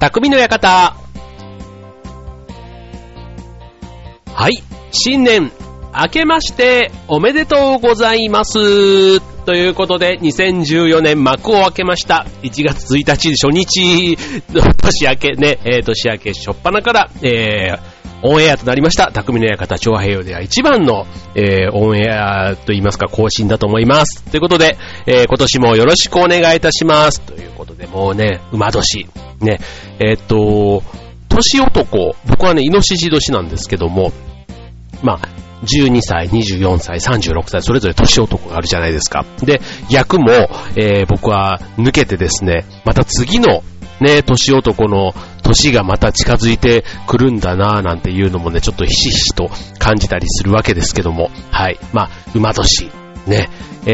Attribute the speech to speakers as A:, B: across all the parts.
A: 匠の館。はい、新年明けましておめでとうございますということで、2014年幕を開けました。1月1日初日年明けね、年明け初っ端から、オンエアとなりました匠の館長平洋では一番の、オンエアといいますか更新だと思います。ということで、今年もよろしくお願いいたしますということで、もうね馬年ね、年男、僕はねイノシシ年なんですけども、まあ12歳、24歳、36歳、それぞれ年男があるじゃないですか。で、役も、僕は抜けてですね、また次のね、年男の年がまた近づいてくるんだなぁなんていうのもね、ちょっとひしひしと感じたりするわけですけども、はい。まあ、馬年。ね。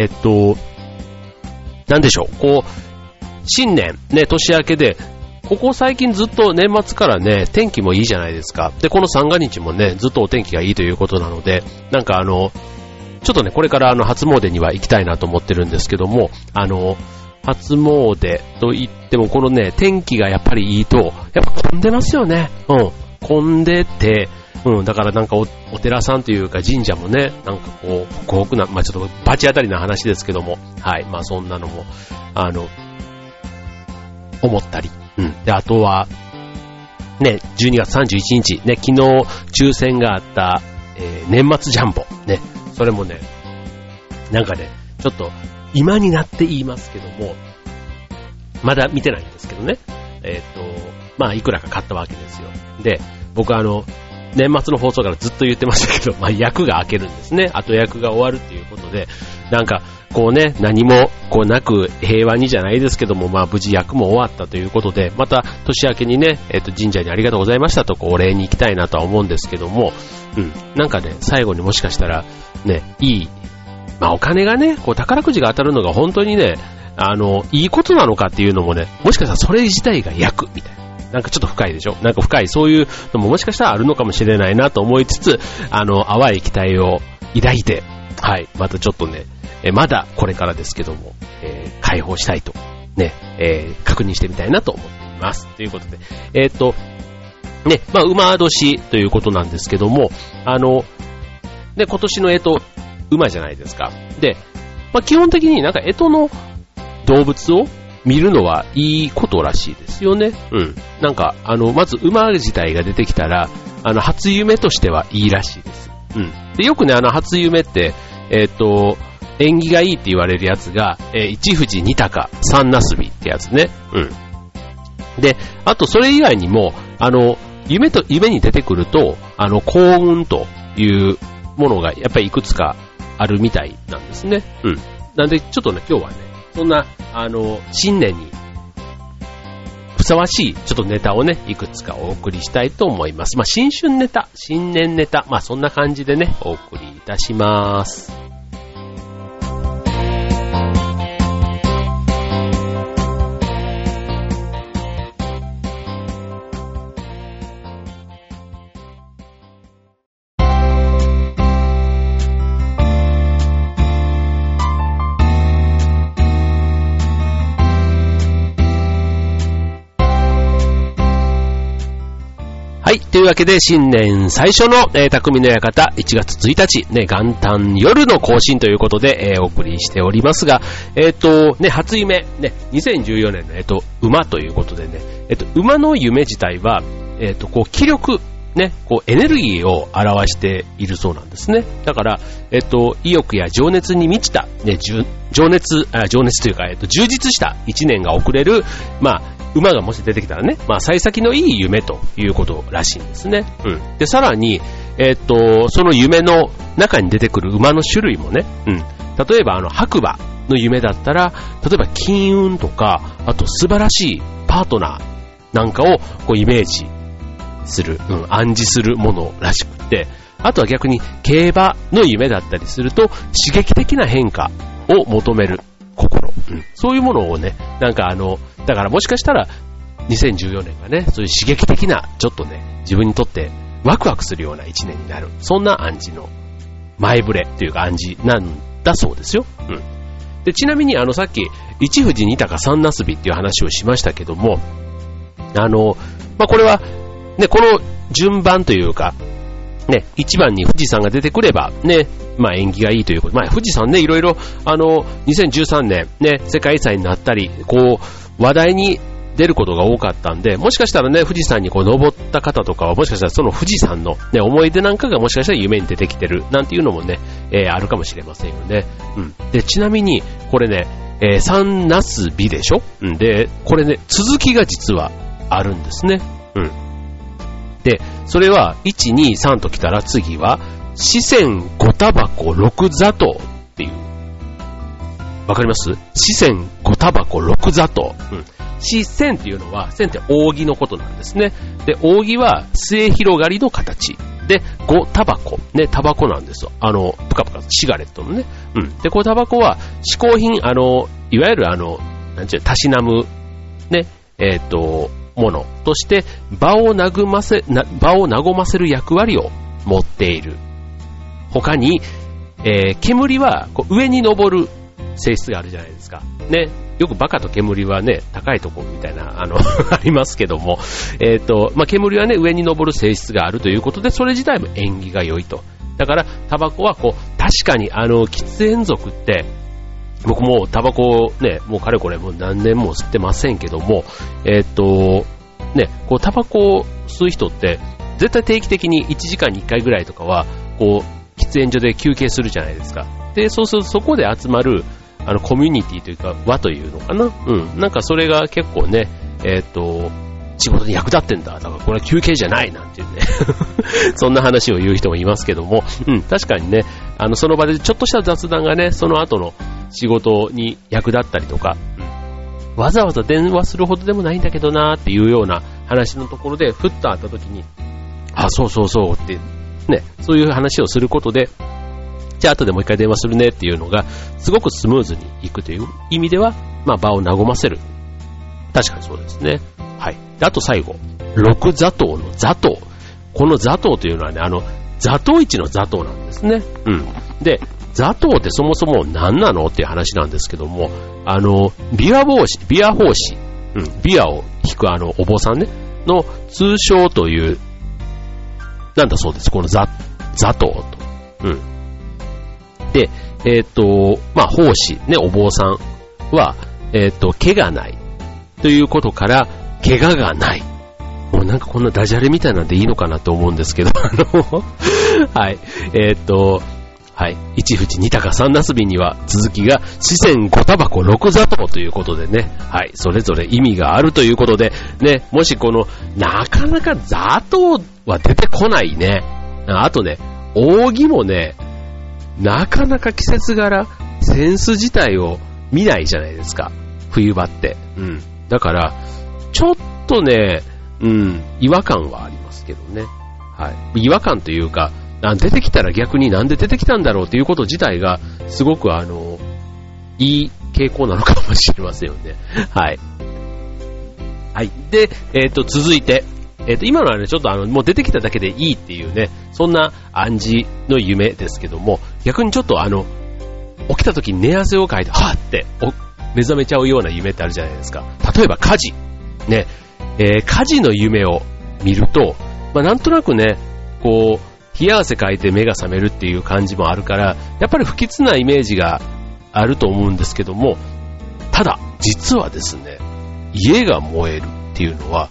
A: なんでしょう、こう、新年、ね、年明けで、ここ最近ずっと年末からね、天気もいいじゃないですか。で、この三が日もね、ずっとお天気がいいということなので、なんかちょっとね、これから初詣には行きたいなと思ってるんですけども、初詣と言っても、このね、天気がやっぱりいいと、やっぱ混んでますよね。うん。混んでて、うん、だからなんかお寺さんというか神社もね、なんかこう、ホクホクな、まあちょっとバチ当たりな話ですけども、はい。まあそんなのも、思ったり。うん。で、あとは、ね、12月31日、ね、昨日抽選があった、年末ジャンボ。ね、それもね、なんかね、ちょっと、今になって言いますけども、まだ見てないんですけどね。まあ、いくらか買ったわけですよ。で、僕年末の放送からずっと言ってましたけど、まあ、役が明けるんですね。後役が終わるっていうことで、なんか、こうね、何もこうなく平和にじゃないですけども、まあ無事役も終わったということで、また年明けにね、神社にありがとうございましたとこうお礼に行きたいなとは思うんですけども、うん、なんかね、最後にもしかしたらね、いい、まあお金がね、こう宝くじが当たるのが本当にね、いいことなのかっていうのもね、もしかしたらそれ自体が役みたいな。なんかちょっと深いでしょ？なんか深い、そういうのももしかしたらあるのかもしれないなと思いつつ、淡い期待を抱いて、はい、またちょっとね、まだこれからですけども、解放したいと、ね、確認してみたいなと思っています。ということで、ね、まあ、馬年ということなんですけども、ね、今年の馬じゃないですか。で、まあ、基本的になんかの動物を見るのはいいことらしいですよね。うん。なんか、まず馬自体が出てきたら、初夢としてはいいらしいです。うん。で、よくね、初夢って、縁起がいいって言われるやつが、一富士二鷹三なすびってやつね。うん。で、あとそれ以外にも、夢に出てくると、幸運というものがやっぱりいくつかあるみたいなんですね。うん。なんで、ちょっとね、今日はね、そんな、新年にふさわしい、ちょっとネタをね、いくつかお送りしたいと思います。まあ、新春ネタ、新年ネタ、まあ、そんな感じでね、お送りいたします。はい。というわけで、新年最初の、匠の館、1月1日、ね、元旦夜の更新ということで、お送りしておりますが、ね、初夢、ね、2014年の、馬ということでね、馬の夢自体は、こう、気力、ね、こう、エネルギーを表しているそうなんですね。だから、意欲や情熱に満ちた、ね、情熱というか、充実した一年が送れる、まあ、馬がもし出てきたらね、まあ、幸先のいい夢ということらしいんですね。うん。で、さらに、その夢の中に出てくる馬の種類もね、うん。例えば、白馬の夢だったら、例えば、金運とか、あと、素晴らしいパートナーなんかを、こう、イメージする、うん、暗示するものらしくて、あとは逆に、競馬の夢だったりすると、刺激的な変化を求める心、うん。そういうものをね、なんかだからもしかしたら2014年がね、そういう刺激的な、ちょっとね、自分にとってワクワクするような一年になる。そんな暗示の前触れというか暗示なんだそうですよ。うん。で、ちなみにさっき、一富士二鷹三なすびっていう話をしましたけども、 これは、ね、この順番というか、ね、1番に富士山が出てくれば、ね、縁起がいいということ。富士山ね、いろいろ、2013年、ね、世界遺産になったり、話題に出ることが多かったんで、もしかしたらね、富士山に登った方とかは、もしかしたらその富士山の、ね、思い出なんかがもしかしたら夢に出てきてる、なんていうのもね、あるかもしれませんよね。で、ちなみに、これね、三なすびでしょ？で、これね、続きが実はあるんですね。で、それは、1、2、3と来たら次は、四川五タバコ六砂糖っていう。わかります？四川五タバコ六砂糖。四川っていうのは、線って扇のことなんですね。で、扇は末広がりの形。で、五タバコ。ね、タバコなんですよ。プカプカ、シガレットのね。で、このタバコは、嗜好品、いわゆるなんちゅう、たしなむ、ね、ものとして、場を和ませる役割を持っている。他に、煙は上に登る性質があるじゃないですか。ね。よくバカと煙はね、高いところみたいな、ありますけども、煙はね、上に登る性質があるということで、それ自体も縁起が良いと。だから、タバコは確かに喫煙族って、僕もタバコね、もうかれこれもう何年も吸ってませんけども、ね、タバコを吸う人って、絶対定期的に1時間に1回ぐらいとかは、喫煙所で休憩するじゃないですか。で、そうするとそこで集まる、コミュニティというか、輪というのかな。なんかそれが結構ね、仕事に役立ってんだ。だからこれは休憩じゃないなんていうね。そんな話を言う人もいますけども、確かにね、その場でちょっとした雑談がね、その後の仕事に役立ったりとか、わざわざ電話するほどでもないんだけどなーっていうような話のところで、ふっと会った時に、そうそうそうって、ね、そういう話をすることで、じゃあ後でもう一回電話するねっていうのがすごくスムーズにいくという意味では、場を和ませる。確かにそうですね。はい。あと最後、六砂糖の砂糖。この砂糖というのはね、砂糖市の砂糖なんですね。で、砂糖ってそもそも何なのっていう話なんですけども、ビア法師、ビアを引くお坊さんね、の通称という、なんだそうです。この砂糖と。で、法師、ね、お坊さんは、毛がない。ということから、怪我がない。もうなんかこんなダジャレみたいなんでいいのかなと思うんですけど、はい。はい。一富士二鷹三なすびには続きが四川五タバコ六砂糖ということでね。はい。それぞれ意味があるということで、ね、もしなかなか砂糖は出てこないね。あとね、扇もね、なかなか季節柄、センス自体を見ないじゃないですか。冬場って。だから、ちょっとね、違和感はありますけどね。はい。違和感というか、出てきたら逆になんで出てきたんだろうということ自体が、すごくいい傾向なのかもしれませんよね。はい。はい。で、続いて、今のはね、ちょっともう出てきただけでいいっていうね、そんな暗示の夢ですけども、逆にちょっと起きた時に寝汗をかいて、はぁって目覚めちゃうような夢ってあるじゃないですか。例えば火事。ね、火事の夢を見ると、なんとなくね、冷や汗かいて目が覚めるっていう感じもあるから、やっぱり不吉なイメージがあると思うんですけども、ただ、実はですね、家が燃えるっていうのは、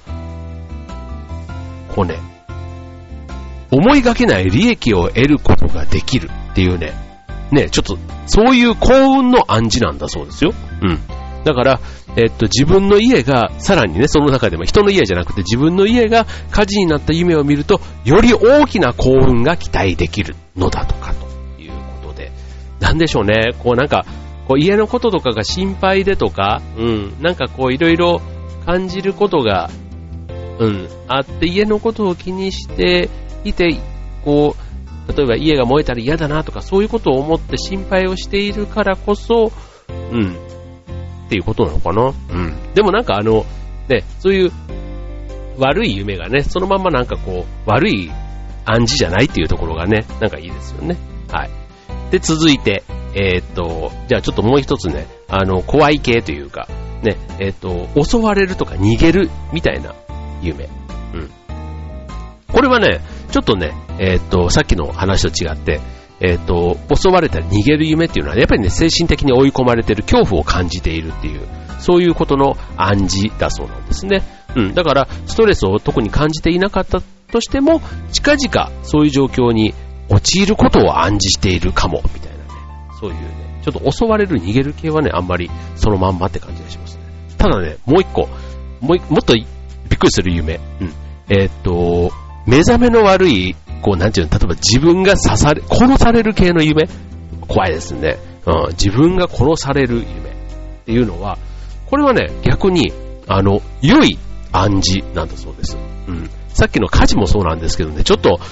A: 思いがけない利益を得ることができるっていうね、ちょっと、そういう幸運の暗示なんだそうですよ。だから、自分の家が、さらにね、その中でも人の家じゃなくて自分の家が火事になった夢を見ると、より大きな幸運が期待できるのだとかということで、なんでしょうね、家のこととかが心配でとか、なんかいろいろ感じることが、あって、家のことを気にしていて、例えば家が燃えたら嫌だなとか、そういうことを思って心配をしているからこそ、っていうことなのかな。でもなんかね、そういう悪い夢がね、そのままなんか悪い暗示じゃないっていうところがね、なんかいいですよね。はい。で、続いて、じゃあちょっともう一つね、怖い系というか、ね、襲われるとか逃げるみたいな夢。これはね、ちょっとね、さっきの話と違って、襲われたり逃げる夢っていうのは、やっぱりね、精神的に追い込まれている恐怖を感じているっていう、そういうことの暗示だそうなんですね。だから、ストレスを特に感じていなかったとしても、近々そういう状況に陥ることを暗示しているかも、みたいなね。そういうね、ちょっと襲われる逃げる系はね、あんまりそのまんまって感じがしますね。ただね、もう一個、もっとびっくりする夢。目覚めの悪い、こう、なんていうの、例えば自分が殺される系の夢。怖いですね。自分が殺される夢っていうのは、これはね、逆に、良い暗示なんだそうです。さっきの火事もそうなんですけどね、ちょっと、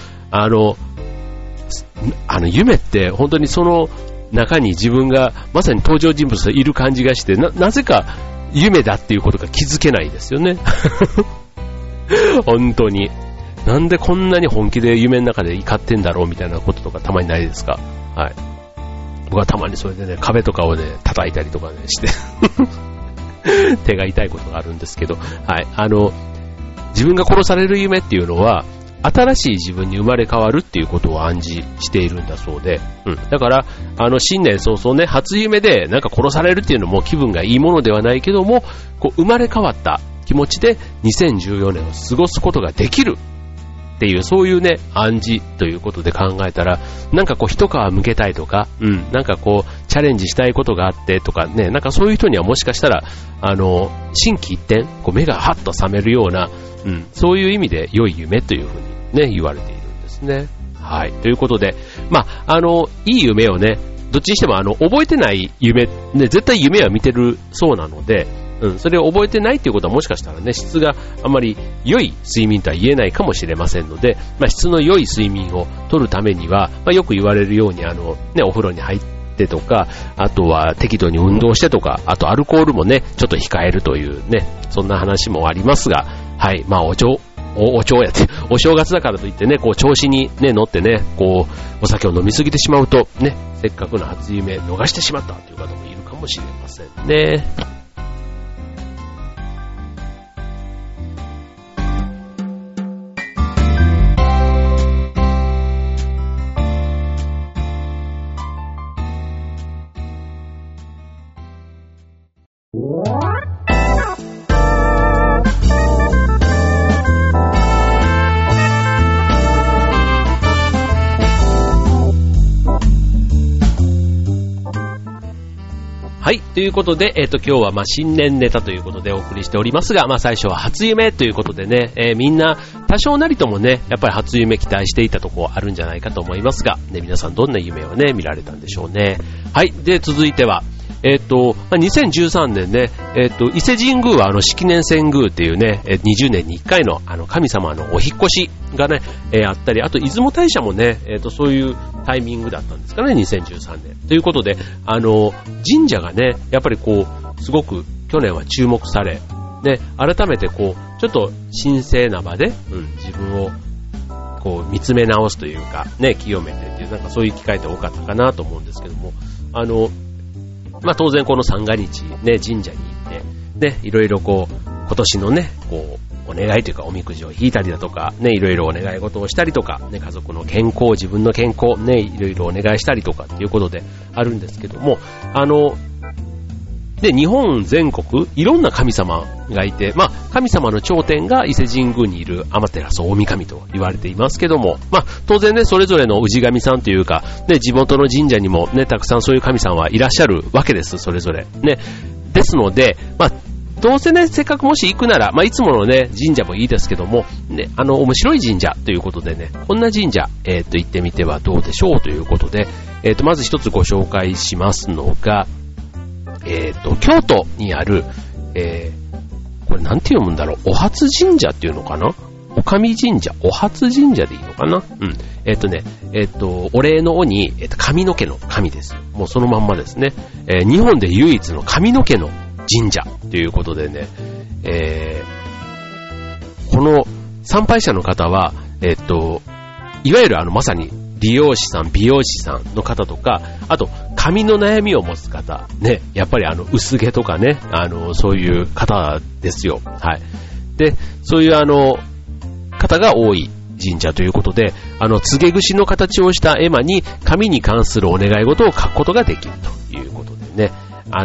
A: 夢って本当にその中に自分がまさに登場人物がいる感じがして、なぜか夢だっていうことが気づけないですよね。本当に。なんでこんなに本気で夢の中で怒ってんだろうみたいなこととかたまにないですか？はい。僕はたまにそれでね、壁とかをね、叩いたりとかね、して、手が痛いことがあるんですけど、はい。自分が殺される夢っていうのは、新しい自分に生まれ変わるっていうことを暗示しているんだそうで、だから、新年早々ね、初夢でなんか殺されるっていうのも気分がいいものではないけども、こう生まれ変わった気持ちで2014年を過ごすことができるっていう、そういうね、暗示ということで考えたら、なんかこう一皮向けたいとか、なんかこうチャレンジしたいことがあってとかね、なんかそういう人にはもしかしたら、心機一転、こう目がハッと覚めるような、そういう意味で良い夢というふうにね、言われているんですね。はい。ということで、いい夢をね、どっちにしても覚えてない夢、ね、絶対夢は見てるそうなので、それを覚えてないっていうことはもしかしたらね、質があまり良い睡眠とは言えないかもしれませんので、質の良い睡眠を取るためには、よく言われるようにお風呂に入ってとか、あとは適度に運動してとか、あとアルコールもね、ちょっと控えるというね、そんな話もありますが、はい、お正月だからといってね、こう調子にね、乗ってね、こう、お酒を飲みすぎてしまうと、ね、せっかくの初夢逃してしまったという方もいるかもしれませんね。はい。ということで、今日は新年ネタということでお送りしておりますが、最初は初夢ということでね、みんな多少なりともね、やっぱり初夢期待していたところあるんじゃないかと思いますが、ね、皆さんどんな夢をね、見られたんでしょうね。はい。で、続いては、2013年ね、伊勢神宮は式年遷宮っていうね、20年に1回の神様のお引っ越しがね、あったり、あと出雲大社もね、そういうタイミングだったんですかね、2013年。ということで、神社がね、やっぱりこう、すごく去年は注目され、ね、改めてこう、ちょっと神聖な場で、自分をこう見つめ直すというか、ね、清めてっていう、なんかそういう機会って多かったかなと思うんですけども、当然この三が日ね、神社に行って、ね、いろいろこう、今年のね、こう、お願いというかおみくじを引いたりだとか、ね、いろいろお願い事をしたりとか、ね、家族の健康、自分の健康、ね、いろいろお願いしたりとかっていうことであるんですけども、で、日本全国、いろんな神様がいて、神様の頂点が伊勢神宮にいる天照大神と言われていますけども、当然ね、それぞれの氏神さんというか、ね、地元の神社にもね、たくさんそういう神さんはいらっしゃるわけです、それぞれ。ね。ですので、どうせね、せっかくもし行くなら、いつものね、神社もいいですけども、ね、面白い神社ということでね、こんな神社、行ってみてはどうでしょうということで、まず一つご紹介しますのが、京都にある、これなんて読むんだろう、お初神社っていうのかな、お神神社、お初神社でいいのかな、お礼のおに、髪の毛の神ですよ。もうそのまんまですね。日本で唯一の髪の毛の神社ということでね、この参拝者の方は、いわゆるまさに理容師さん、美容師さんの方とか、あと髪の悩みを持つ方ね、やっぱり薄毛とかね、そういう方ですよ。はい。 で、そういう方が多い神社ということで、告げ串の形をした絵馬に神に関するお願い事を書くことができるということでね、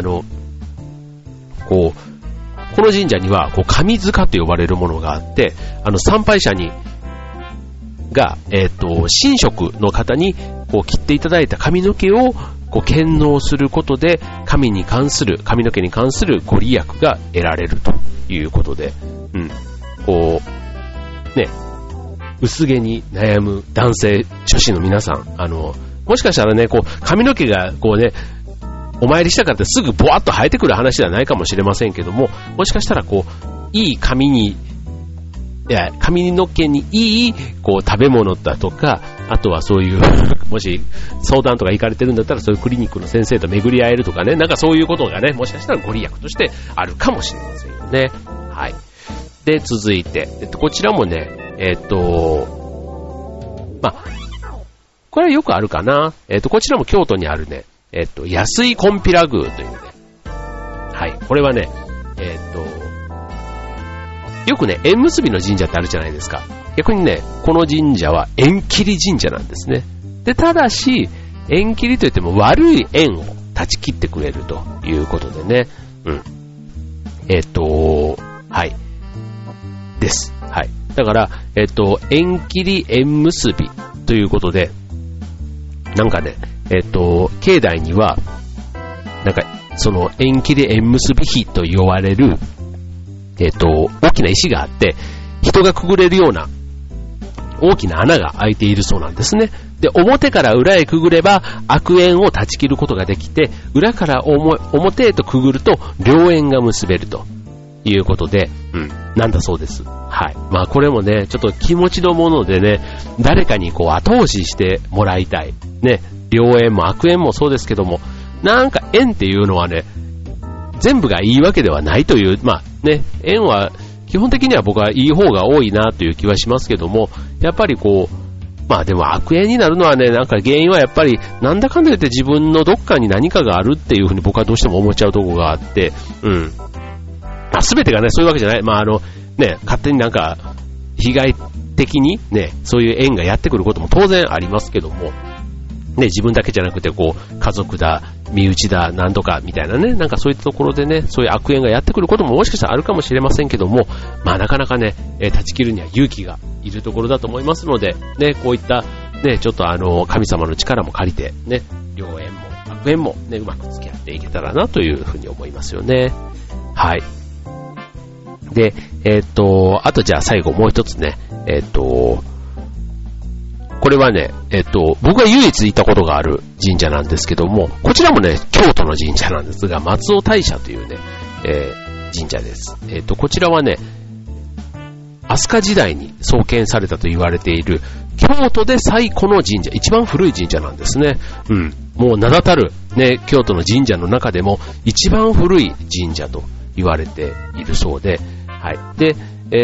A: この神社には、神塚と呼ばれるものがあって、参拝者が、神職の方に、切っていただいた髪の毛を、献納することで、髪の毛に関するご利益が得られるということで、薄毛に悩む男性、女子の皆さん、もしかしたらね、髪の毛が、お参りしたからってすぐボワッと生えてくる話ではないかもしれませんけども、もしかしたらいい髪の毛にいい食べ物だとか、あとはそういうもし相談とか行かれてるんだったら、そういうクリニックの先生と巡り合えるとかね、なんかそういうことがね、もしかしたらご利益としてあるかもしれませんよね。はい。で、続いて、こちらもね、これはよくあるかな。こちらも京都にあるね、安井金毘羅宮というね。はい。これはね、よくね、縁結びの神社ってあるじゃないですか。逆にね、この神社は縁切り神社なんですね。で、ただし、縁切りといっても悪い縁を断ち切ってくれるということでね。はい。です。はい。だから、縁切り縁結びということで、なんかね、境内には、なんか、その縁切り縁結び碑と言われる、大きな石があって、人がくぐれるような大きな穴が開いているそうなんですね。で、表から裏へくぐれば悪縁を断ち切ることができて、裏から表へとくぐると良縁が結べるということで、なんだそうです。はい。まあこれもね、ちょっと気持ちのものでね、誰かに後押ししてもらいたい。ね、良縁も悪縁もそうですけども、なんか縁っていうのはね、全部がいいわけではないという、まあね、縁は基本的には僕はいい方が多いなという気はしますけども、やっぱりまあでも悪縁になるのはね、なんか原因はやっぱりなんだかんだ言って自分のどっかに何かがあるっていうふうに僕はどうしても思っちゃうところがあって、まあ全てがね、そういうわけじゃない。まあね、勝手になんか被害的にね、そういう縁がやってくることも当然ありますけども、ね、自分だけじゃなくて家族だ、身内だ、なんとかみたいなね、なんかそういったところでね、そういう悪縁がやってくることももしかしたらあるかもしれませんけども、まあなかなかね、断ち切るには勇気がいるところだと思いますので、ね、こういったね、ちょっと神様の力も借りて、ね、良縁も悪縁もね、うまく付き合っていけたらなというふうに思いますよね。はい。で、あとじゃあ最後もう一つね、これはね、僕が唯一行ったことがある神社なんですけども、こちらもね、京都の神社なんですが、松尾大社というね、神社です。こちらはね、飛鳥時代に創建されたと言われている、京都で最古の神社、一番古い神社なんですね。もう名だたる、ね、京都の神社の中でも一番古い神社と言われているそうで、はい。で、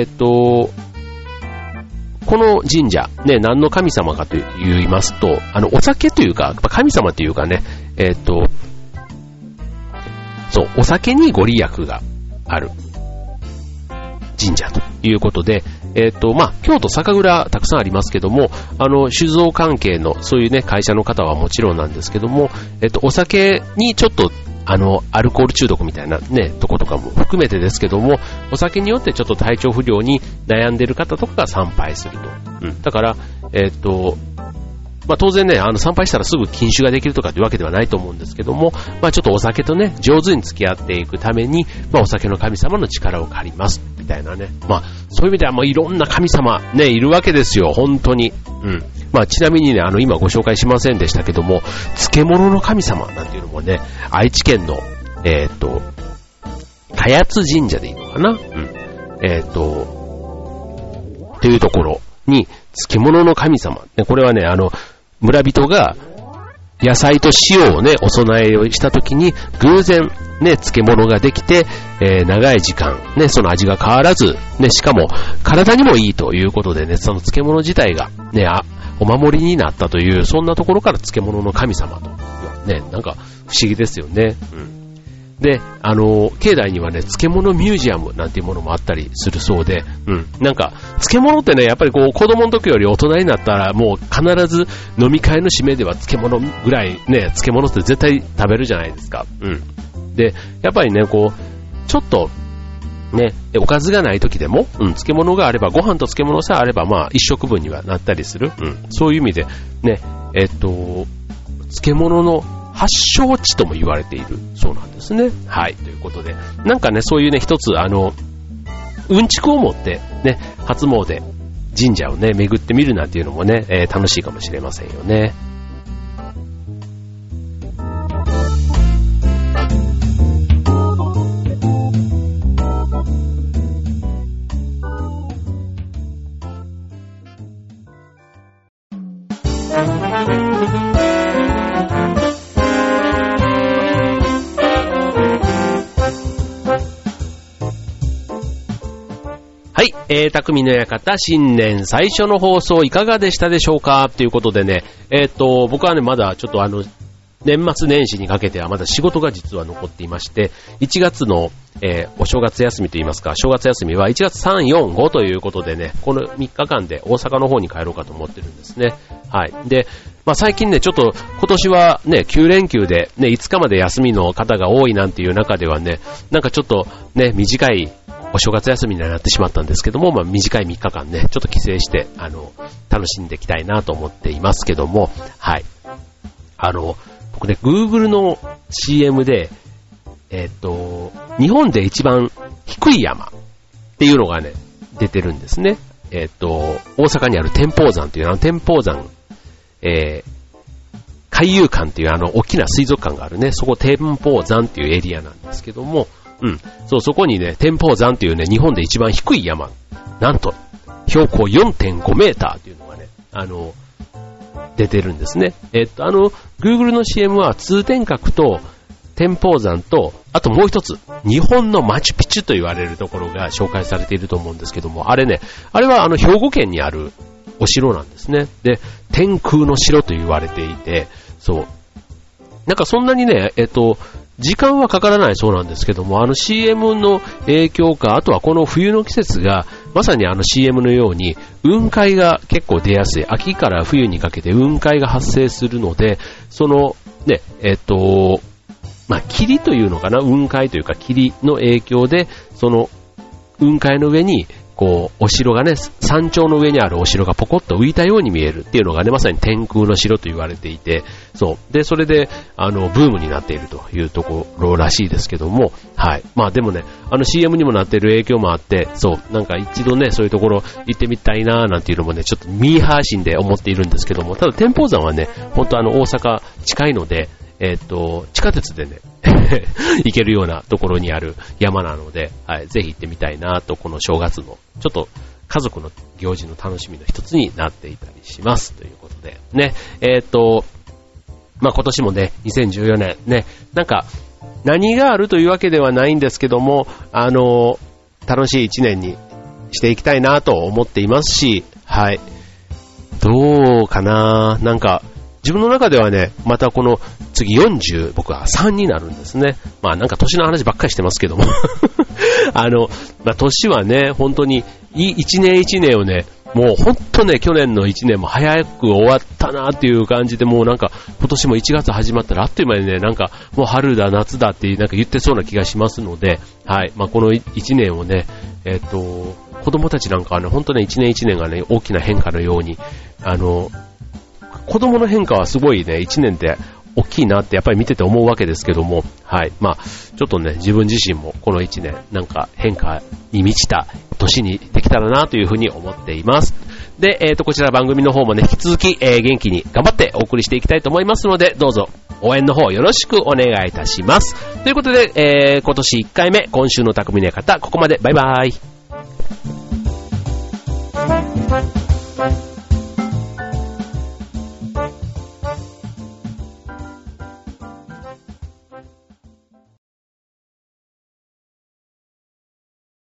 A: この神社、ね、何の神様かと言いますと、お酒というか、神様というかね、そう、お酒にご利益がある神社ということで、まあ、京都酒蔵たくさんありますけども、酒造関係のそういうね、会社の方はもちろんなんですけども、お酒にちょっとアルコール中毒みたいなね、とことかも含めてですけども、お酒によってちょっと体調不良に悩んでる方とかが参拝すると。だから、まあ、当然ね、参拝したらすぐ禁酒ができるとかっていうわけではないと思うんですけども、まあ、ちょっとお酒とね、上手に付き合っていくために、まあ、お酒の神様の力を借ります、みたいなね。まあ、そういう意味ではもういろんな神様ね、いるわけですよ、本当に。まあ、ちなみにね、今ご紹介しませんでしたけども、漬物の神様なんていうのもね、愛知県の、田八神社でいいのかな、というところに、漬物の神様。これはね、村人が野菜と塩をね、お供えをしたときに、偶然ね、漬物ができて、長い時間、ね、その味が変わらず、ね、しかも体にもいいということでね、その漬物自体がね、お守りになったという、そんなところから漬物の神様と。ね、なんか不思議ですよね。 で、境内にはね、漬物ミュージアムなんていうものもあったりするそうで、なんか、漬物ってね、やっぱりこう、子供の時より大人になったら、もう必ず飲み会の締めでは漬物ぐらいね、漬物って絶対食べるじゃないですか。で、やっぱりね、こう、ちょっと、ね、おかずがない時でも、漬物があれば、ご飯と漬物さえあれば、まあ、一食分にはなったりする。そういう意味で、ね、漬物の発祥地とも言われているそうなんですね。はい、ということで、なんかね、そういうね、一つ、うんちくを持って、ね、初詣、神社をね、巡ってみるなんていうのもね、楽しいかもしれませんよね。はい、匠の館新年最初の放送いかがでしたでしょうかということでね、僕はね、まだちょっと年末年始にかけてはまだ仕事が実は残っていまして、1月の、お正月休みといいますか、正月休みは1月3、4、5ということでね、この3日間で大阪の方に帰ろうかと思ってるんですね。はい。で、まあ最近ね、ちょっと今年はね、9連休でね、5日まで休みの方が多いなんていう中ではね、なんかちょっとね、短いお正月休みになってしまったんですけども、まあ短い3日間ね、ちょっと帰省して、楽しんでいきたいなと思っていますけども、はい。僕ね、Google の CM で、日本で一番低い山っていうのがね、出てるんですね。大阪にある天保山っていう天保山、海遊館っていう大きな水族館があるね、そこ天保山っていうエリアなんですけども、そこにね、天保山っていうね、日本で一番低い山、なんと、標高 4.5 メーターっていうのがね、出てるんですね。Google の CM は通天閣と天保山と、あともう一つ、日本のマチュピチュと言われるところが紹介されていると思うんですけども、あれは兵庫県にあるお城なんですね。で、天空の城と言われていて、そう。なんかそんなにね、時間はかからないそうなんですけども、CM の影響か、あとはこの冬の季節が、まさにCM のように、雲海が結構出やすい。秋から冬にかけて雲海が発生するので、その、ね、まあ、霧というのかな、雲海というか霧の影響で、その、雲海の上に、こう、お城がね、山頂の上にあるお城がポコッと浮いたように見えるっていうのがね、まさに天空の城と言われていて、そう。で、それで、ブームになっているというところらしいですけども、はい。まあでもね、CM にもなっている影響もあって、そう。なんか一度ね、そういうところ行ってみたいなーなんていうのもね、ちょっとミーハー心で思っているんですけども、ただ天保山はね、本当大阪近いので、地下鉄でね、行けるようなところにある山なので、はい、ぜひ行ってみたいなと、この正月の、ちょっと家族の行事の楽しみの一つになっていたりします。ということで、ね、まあ、今年もね、2014年、ね、なんか、何があるというわけではないんですけども、楽しい一年にしていきたいなと思っていますし、はい。どうかな、なんか、自分の中ではね、またこの次40、僕は3になるんですね。まあなんか年の話ばっかりしてますけども。まあ年はね、本当に一年一年をね、もう本当ね、去年の1年も早く終わったなっていう感じで、もうなんか今年も1月始まったらあっという間にね、なんかもう春だ夏だってなんか言ってそうな気がしますので、はい、まあこの1年をね、子供たちなんかはね、本当ね、1年1年がね、大きな変化のように、子供の変化はすごいね、1年で大きいなってやっぱり見てて思うわけですけども、はい。まあ、ちょっとね、自分自身もこの1年、なんか変化に満ちた年にできたらなというふうに思っています。で、こちら番組の方もね、引き続き、元気に頑張ってお送りしていきたいと思いますので、どうぞ応援の方よろしくお願いいたします。ということで、今年1回目、今週の匠の館、ここまで。バイバイ。